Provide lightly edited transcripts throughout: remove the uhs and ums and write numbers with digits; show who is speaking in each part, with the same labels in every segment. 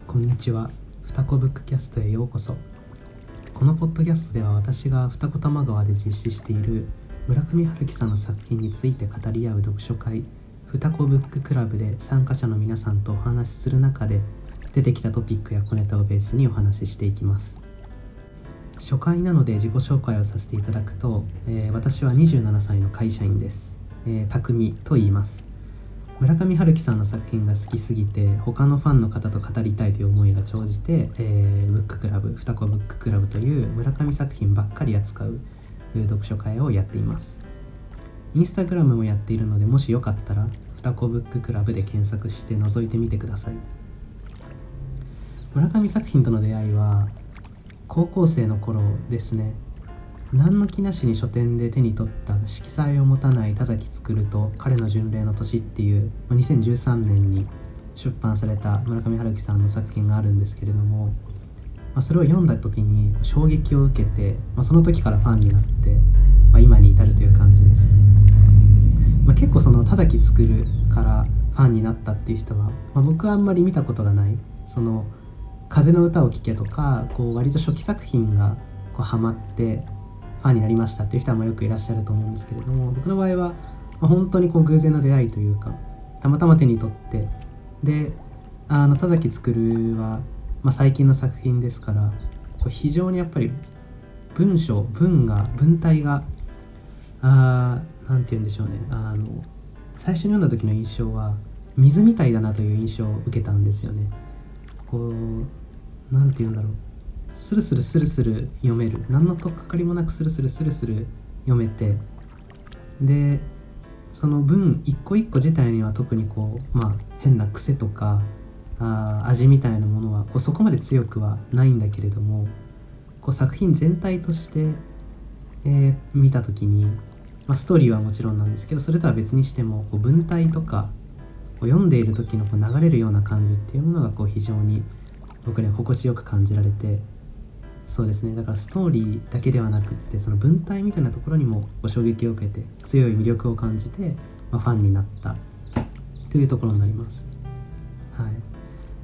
Speaker 1: こんにちは。ふたこブックキャストへようこそ。このポッドキャストでは私が二子玉川で実施している村上春樹さんの作品について語り合う読書会ふたこブッククラブで参加者の皆さんとお話しする中で出てきたトピックや小ネタをベースにお話ししていきます。初回なので自己紹介をさせていただくと、私は27歳の会社員です。匠と言います。村上春樹さんの作品が好きすぎて他のファンの方と語りたいという思いが生じて、ブッククラブふたこブッククラブという村上作品ばっかり扱う読書会をやっています。インスタグラムもやっているので、もしよかったらふたこブッククラブで検索して覗いてみてください。村上作品との出会いは高校生の頃ですね。何の気なしに書店で手に取った色彩を持たない田崎作と彼の巡礼の年っていう2013年に出版された村上春樹さんの作品があるんですけれども、それを読んだ時に衝撃を受けて、その時からファンになって、今に至るという感じです。結構その田崎作からファンになったっていう人は、僕はあんまり見たことがない。その風の歌を聴けとか割と初期作品がハマってファンになりましたっていう人はよくいらっしゃると思うんですけれども、僕の場合は本当に偶然の出会いというか、たまたま手に取って、で田崎作は、最近の作品ですから、非常にやっぱり文体がなんて言うんでしょうね、最初に読んだ時の印象は水みたいだなという印象を受けたんですよね。なんて言うんだろう、スルスル読める、何の取っかかりもなくスルスル読めて、でその文一個一個自体には特に変な癖とか味みたいなものはそこまで強くはないんだけれども、作品全体として、見た時に、ストーリーはもちろんなんですけど、それとは別にしても文体とか読んでいる時の流れるような感じっていうものが非常に僕には心地よく感じられて、そうですね、だからストーリーだけではなくって、その文体みたいなところにも衝撃を受けて強い魅力を感じて、ファンになったというところになります。はい。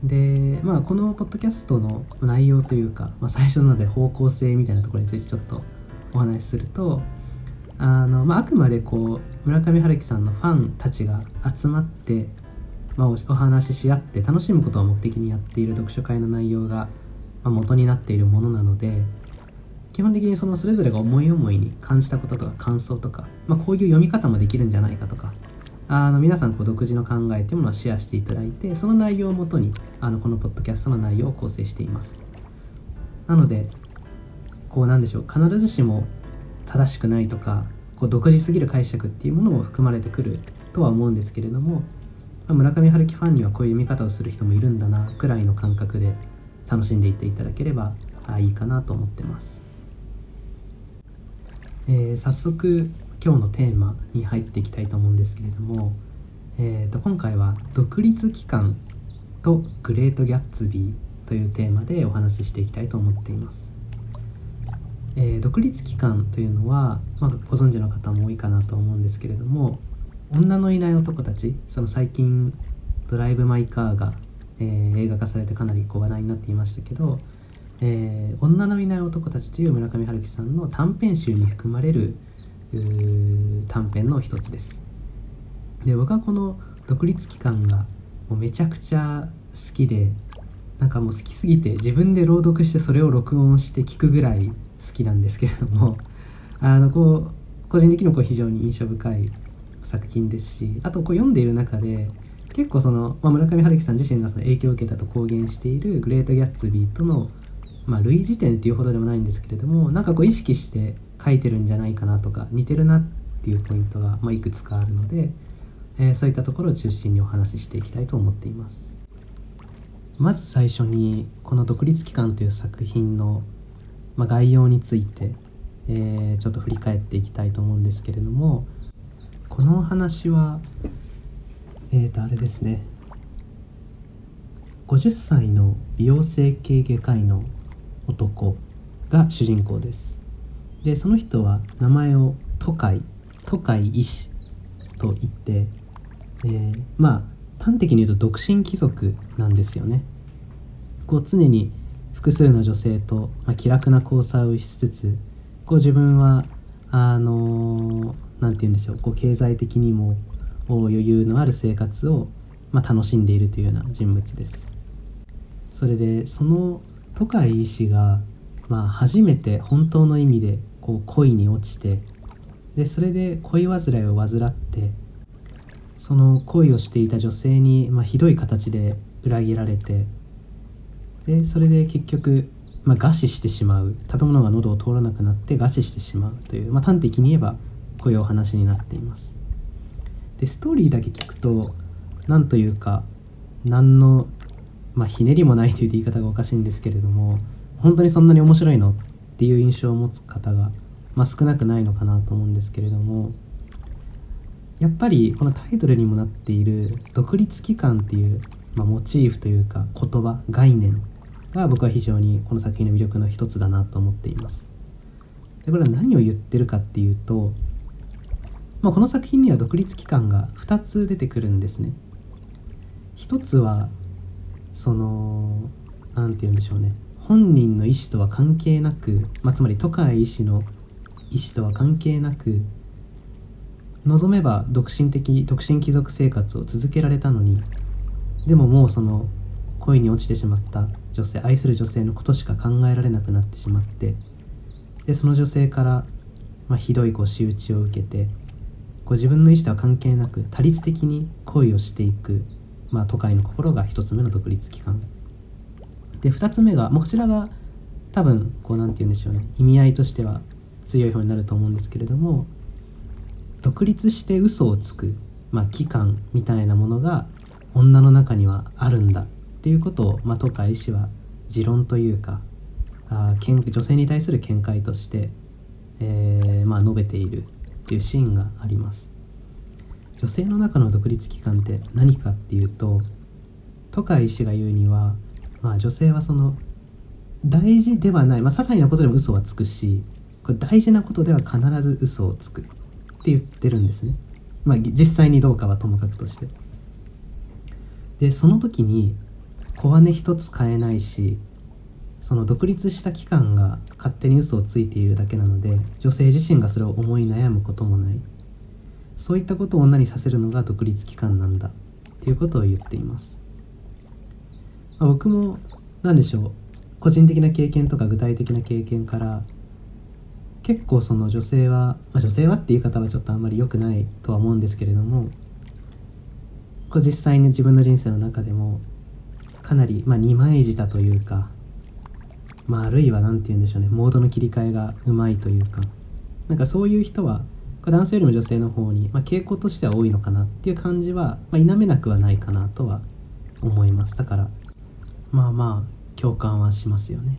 Speaker 1: で、このポッドキャストの内容というか、最初なので方向性みたいなところについてちょっとお話しすると、あくまで村上春樹さんのファンたちが集まって、お話しし合って楽しむことを目的にやっている読書会の内容が元になっているものなので、基本的にそれぞれが思い思いに感じたこととか感想とか、こういう読み方もできるんじゃないかとか、皆さん独自の考えというものをシェアしていただいて、その内容をもとにこのポッドキャストの内容を構成しています。なのでなんでしょう、必ずしも正しくないとか独自すぎる解釈っていうものも含まれてくるとは思うんですけれども、村上春樹ファンにはこういう読み方をする人もいるんだなくらいの感覚で楽しんでいっていただければいいかなと思ってます。早速今日のテーマに入っていきたいと思うんですけれども、今回は独立機関とグレート・ギャッツビーというテーマでお話ししていきたいと思っています。独立機関というのは、ご存知の方も多いかなと思うんですけれども、女のいない男たち、最近ドライブ・マイ・カーが、映画化されてかなり話題になっていましたけど、女のいない男たちという村上春樹さんの短編集に含まれる短編の一つです。で、僕はこの独立機関がめちゃくちゃ好きで、好きすぎて自分で朗読してそれを録音して聞くぐらい好きなんですけれども、個人的にも非常に印象深い作品ですし、あと読んでいる中で結構村上春樹さん自身が影響を受けたと公言しているグレート・ギャッツビーとの類似点っていうほどでもないんですけれども、意識して書いてるんじゃないかなとか似てるなっていうポイントがいくつかあるので、そういったところを中心にお話ししていきたいと思っています。まず最初にこの独立機関という作品の概要について、ちょっと振り返っていきたいと思うんですけれども、このお話はあれですね、50歳の美容整形外科医の男が主人公です。で、その人は名前を都海医師と言って、端的に言うと独身貴族なんですよね。 こう常に複数の女性と、気楽な交際をしつつ、こう自分はなんて言うんでしょう、こう経済的にも余裕のある生活を、楽しんでいるというような人物です。それでその渡海医師が、初めて本当の意味でこう恋に落ちて、でそれで恋煩いを患って、その恋をしていた女性に、ひどい形で裏切られて、でそれで結局、餓死してしまう、食べ物が喉を通らなくなって餓死してしまうという、端的に言えばこういうお話になっています。でストーリーだけ聞くと、なんというか何の、ひねりもないという言い方がおかしいんですけれども、本当にそんなに面白いのっていう印象を持つ方が、少なくないのかなと思うんですけれども、やっぱりこのタイトルにもなっている独立機関っていう、モチーフというか言葉、概念が僕は非常にこの作品の魅力の一つだなと思っています。でこれは何を言ってるかっていうと、この作品には独立機関が2つ出てくるんですね。一つはなんて言うんでしょうね、本人の意思とは関係なく、つまり渡海医師の意思とは関係なく、望めば独身貴族生活を続けられたのに、でももうその恋に落ちてしまった女性、愛する女性のことしか考えられなくなってしまって、でその女性から、ひどい仕打ちを受けて、自分の意思とは関係なく他律的に恋をしていく、都会の心が一つ目の独立機関で、二つ目が、こちらが多分なんて言うんでしょうね、意味合いとしては強い方になると思うんですけれども、独立して嘘をつく、機関みたいなものが女の中にはあるんだっていうことを、渡海医師は持論というか、女性に対する見解として、述べているっていうシーンがあります。女性の中の独立機関って何かっていうと、渡海医師が言うには、女性はその大事ではない、些細なことでも嘘はつくし、これ大事なことでは必ず嘘をつくって言ってるんですね。実際にどうかはともかくとして、でその時に小金一つ買えないし、その独立した機関が勝手に嘘をついているだけなので、女性自身がそれを思い悩むこともない。そういったことを女にさせるのが独立機関なんだっていうことを言っています。僕も何でしょう、個人的な経験とか具体的な経験から、結構その女性はっていう方はちょっとあんまり良くないとは思うんですけれども、実際に自分の人生の中でもかなり二枚舌というか、あるいはなんて言うんでしょうね、モードの切り替えがうまいというか、そういう人は男性よりも女性の方に、傾向としては多いのかなっていう感じは、否めなくはないかなとは思います。だから共感はしますよね。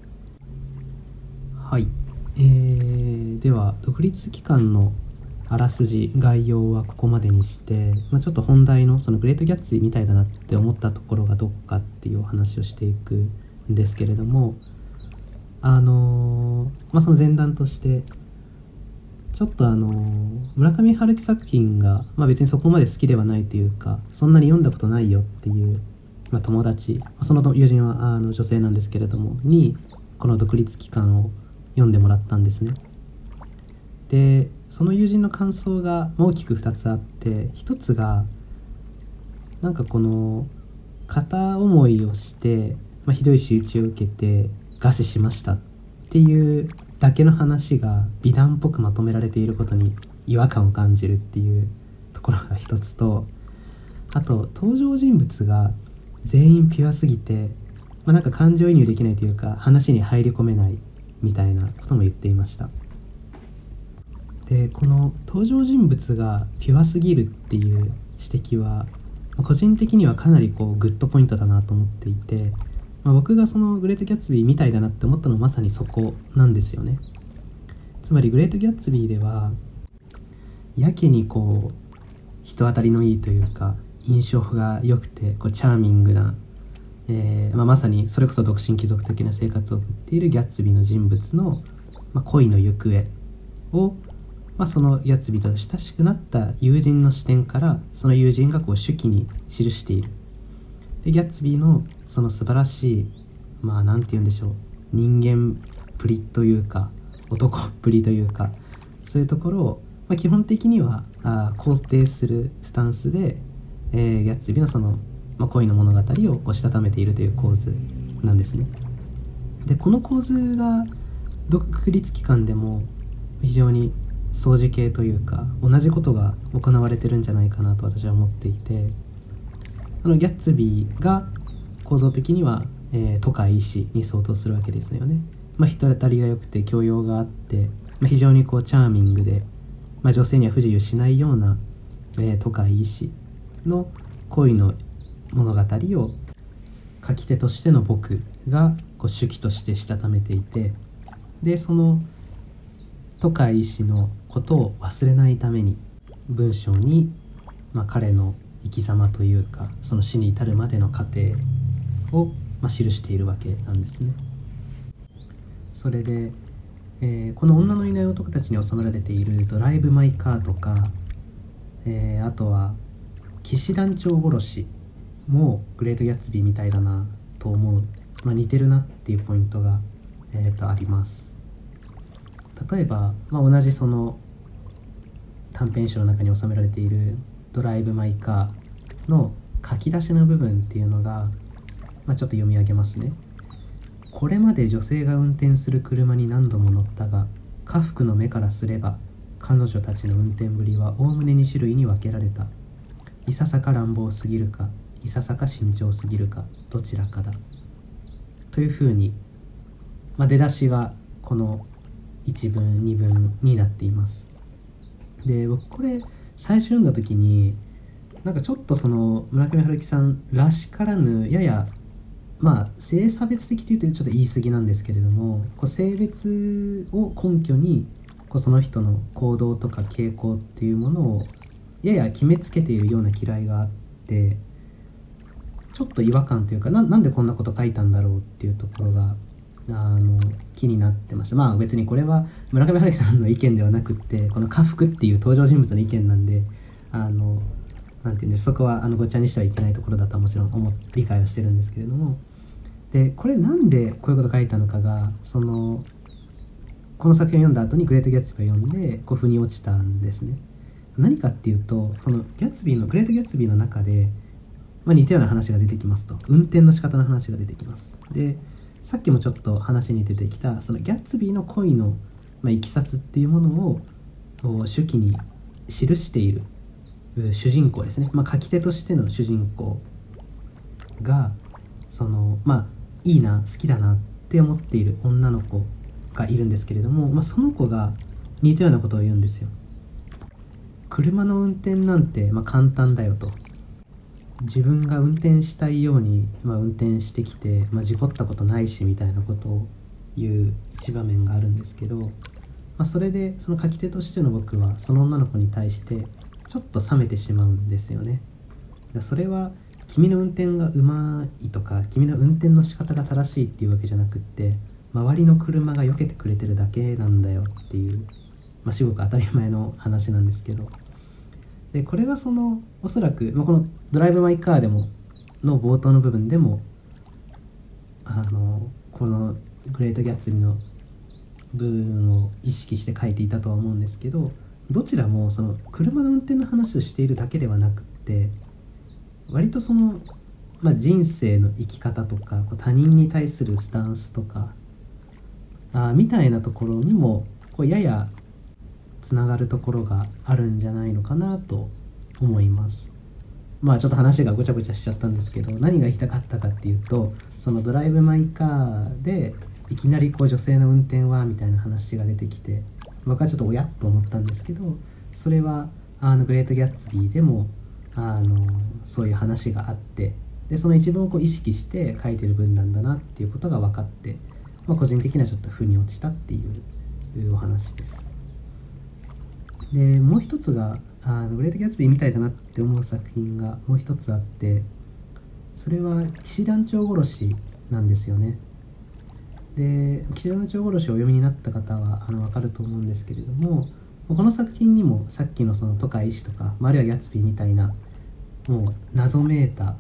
Speaker 1: はい、では独立機関のあらすじ概要はここまでにして、ちょっと本題のそのグレートギャッツビーみたいだなって思ったところがどこかっていうお話をしていくんですけれども、その前段としてちょっと村上春樹作品が、別にそこまで好きではないというか、そんなに読んだことないよっていう、友達、その友人は女性なんですけれどもに、この独立機関を読んでもらったんですね。でその友人の感想が大きく2つあって、1つがこの片思いをして、ひどい仕打ちを受けて餓死しましたっていうだけの話が美談っぽくまとめられていることに違和感を感じるっていうところが一つと、あと登場人物が全員ピュアすぎて、感情移入できないというか、話に入り込めないみたいなことも言っていました。でこの登場人物がピュアすぎるっていう指摘は、個人的にはかなりグッドポイントだなと思っていて、僕がそのグレートギャッツビーみたいだなって思ったのはまさにそこなんですよね。つまりグレートギャッツビーではやけに人当たりのいいというか、印象が良くてチャーミングな、まさにそれこそ独身貴族的な生活を送っているギャッツビーの人物の、恋の行方を、そのギャッツビーと親しくなった友人の視点から、その友人が手記に記している。 でギャッツビーのその素晴らしいなんて言うんでしょう、人間っぷりというか男っぷりというか、そういうところを、基本的には肯定するスタンスで、ギャッツビーのその、恋の物語をこうしたためているという構図なんですね。でこの構図が独立機関でも非常に相似形というか同じことが行われてるんじゃないかなと私は思っていて、ギャッツビーが構造的には、都会医師に相当するわけですよね。人当たりが良くて教養があって、非常にこうチャーミングで、女性には不自由しないような、都会医師の恋の物語を書き手としての僕がこう手記としてしたためていて、でその都会医師のことを忘れないために文章に、彼の生き様というかその死に至るまでの過程を、記しているわけなんですね。それで、この女のいない男たちに収められているドライブ・マイ・カーとか、あとは騎士団長殺しもグレート・ギャッツビーみたいだなと思う、似てるなっていうポイントが、あります。例えば、同じその短編集の中に収められているドライブ・マイ・カーの書き出しの部分っていうのが、ちょっと読み上げますね。これまで女性が運転する車に何度も乗ったが、家福の目からすれば彼女たちの運転ぶりはおおむね2種類に分けられた。いささか乱暴すぎるか、いささか慎重すぎるか、どちらかだというふうに、出だしがこの1文2文になっています。で僕これ最初読んだ時にちょっとその村上春樹さんらしからぬ、やや性差別的というとちょっと言い過ぎなんですけれども、こう性別を根拠にその人の行動とか傾向っていうものをやや決めつけているような嫌いがあって、ちょっと違和感というか、なんでこんなこと書いたんだろうっていうところが気になってました。別にこれは村上春樹さんの意見ではなくって、この家福っていう登場人物の意見なんで、なんていうんで、そこはごちゃにしてはいけないところだとはもちろん理解はしてるんですけれども、でこれなんでこういうこと書いたのかが、この作品を読んだ後にグレート・ギャッツビーを読んで腑に落ちたんですね。何かっていうと、そのグレート・ギャッツビーの中で、似たような話が出てきますと。運転の仕方の話が出てきます。でさっきもちょっと話に出てきたそのギャッツビーの恋の、いきさつっていうものを手記に記している主人公ですね、書き手としての主人公がいいな、好きだなって思っている女の子がいるんですけれども、その子が似たようなことを言うんですよ。車の運転なんて簡単だよと。自分が運転したいように、運転してきて、事故ったことないしみたいなことを言う一場面があるんですけど、それでその書き手としての僕はその女の子に対してちょっと冷めてしまうんですよね。それは君の運転がうまいとか君の運転の仕方が正しいっていうわけじゃなくって、周りの車が避けてくれてるだけなんだよっていう、すごく当たり前の話なんですけど、でこれはおそらく、このドライブ・マイ・カーでもの冒頭の部分でもこのグレート・ギャッツビーの部分を意識して書いていたとは思うんですけど、どちらもその車の運転の話をしているだけではなくって、割と人生の生き方とか他人に対するスタンスとかみたいなところにもややつながるところがあるんじゃないのかなと思います。ちょっと話がごちゃごちゃしちゃったんですけど、何が言いたかったかっていうと、そのドライブ・マイ・カーでいきなり女性の運転はみたいな話が出てきて、僕はちょっとおやっと思ったんですけど、それはグレート・ギャッツビーでもそういう話があって、でその一文を意識して書いてる文なんだなっていうことが分かって、個人的にはちょっと腑に落ちたっていうお話です。でもう一つがグレート・ギャツビーみたいだなって思う作品がもう一つあって、それは騎士団長殺しなんですよね。で騎士団長殺しをお読みになった方は分かると思うんですけれども、この作品にもさっきのその都会医師とか、あるいはギャツビーみたいなもう謎めいた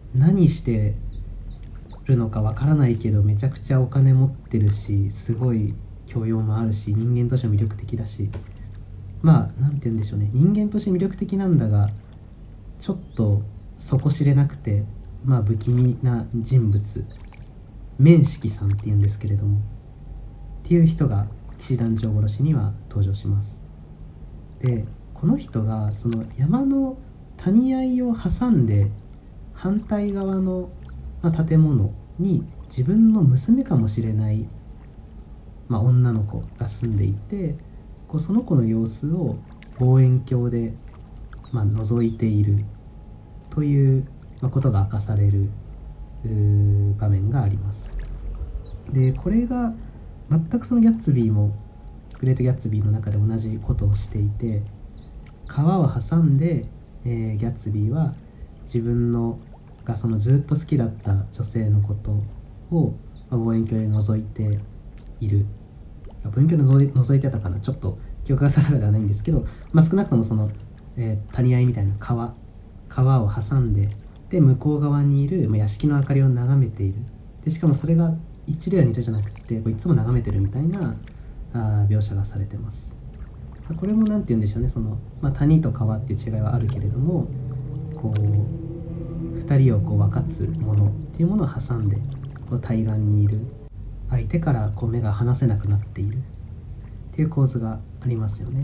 Speaker 1: 何してるのかわからないけどめちゃくちゃお金持ってるし、すごい教養もあるし、人間としても魅力的だし、まあなんて言うんでしょうね、人間として魅力的なんだがちょっと底知れなくて、まあ不気味な人物、面識さんっていうんですけれども、っていう人が騎士団長殺しには登場します。でこの人がその山の谷合を挟んで反対側の、建物に自分の娘かもしれない、女の子が住んでいて、その子の様子を望遠鏡で、覗いているという、ことが明かされる場面があります。でこれが全くそのギャッツビーもグレート・ギャッツビーの中で同じことをしていて、川を挟んで、ギャッツビーは自分のがそのずっと好きだった女性のことを、望遠鏡で覗いている。望遠鏡で覗いてたかな、ちょっと記憶が定かではないんですけど、少なくともその、谷合みたいな川を挟んで、で向こう側にいる屋敷の明かりを眺めている。でしかもそれが一度や二度じゃなくていつも眺めてるみたいな描写がされてます。これも何て言うんでしょうね、その、谷と川っていう違いはあるけれども、2人を分かつものっていうものを挟んで対岸にいる相手から目が離せなくなっているっていう構図がありますよね。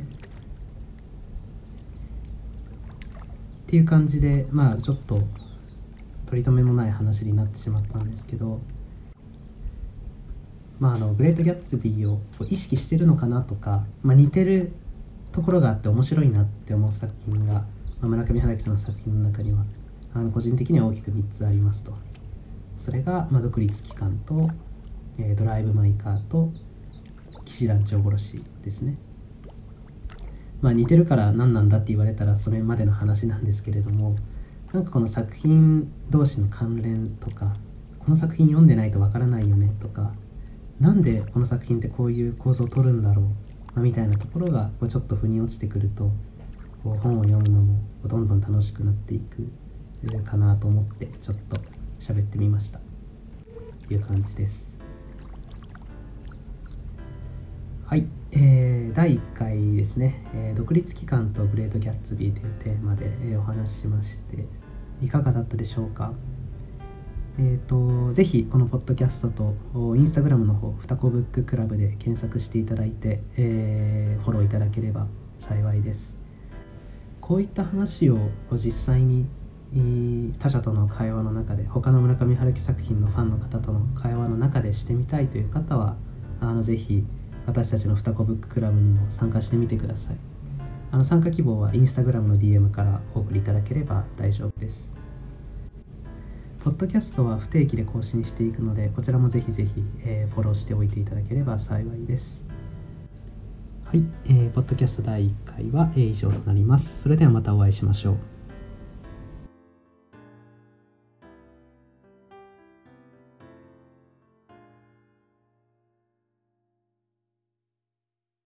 Speaker 1: っていう感じで、ちょっと取り留めもない話になってしまったんですけど、グレート・ギャッツビーを意識してるのかなとか、似てるところがあって面白いなって思う作品が、村上春樹さんの作品の中には個人的には大きく3つありますと。それが、独立機関と、ドライブ・マイ・カーと騎士団長殺しですね。似てるから何なんだって言われたらそれまでの話なんですけれども、この作品同士の関連とか、この作品読んでないとわからないよねとか、なんでこの作品ってこういう構造を取るんだろう、みたいなところがちょっと腑に落ちてくると、本を読むのもどんどん楽しくなっていくかなと思ってちょっと喋ってみましたという感じです。はい、第1回ですね、独立機関とグレート・ギャッツビーというテーマで、お話ししまして、いかがだったでしょうか。ぜひこのポッドキャストとインスタグラムの方、ふたこブッククラブで検索していただいて、フォローいただければ幸いです。こういった話を実際に他者との会話の中で、他の村上春樹作品のファンの方との会話の中でしてみたいという方は、ぜひ私たちのふたこブッククラブにも参加してみてください。参加希望はインスタグラムの DM からお送りいただければ大丈夫です。ポッドキャストは不定期で更新していくので、こちらもぜひぜひ、フォローしておいていただければ幸いです。はい、ポッドキャスト第1回は以上となります。それではまたお会いしましょう。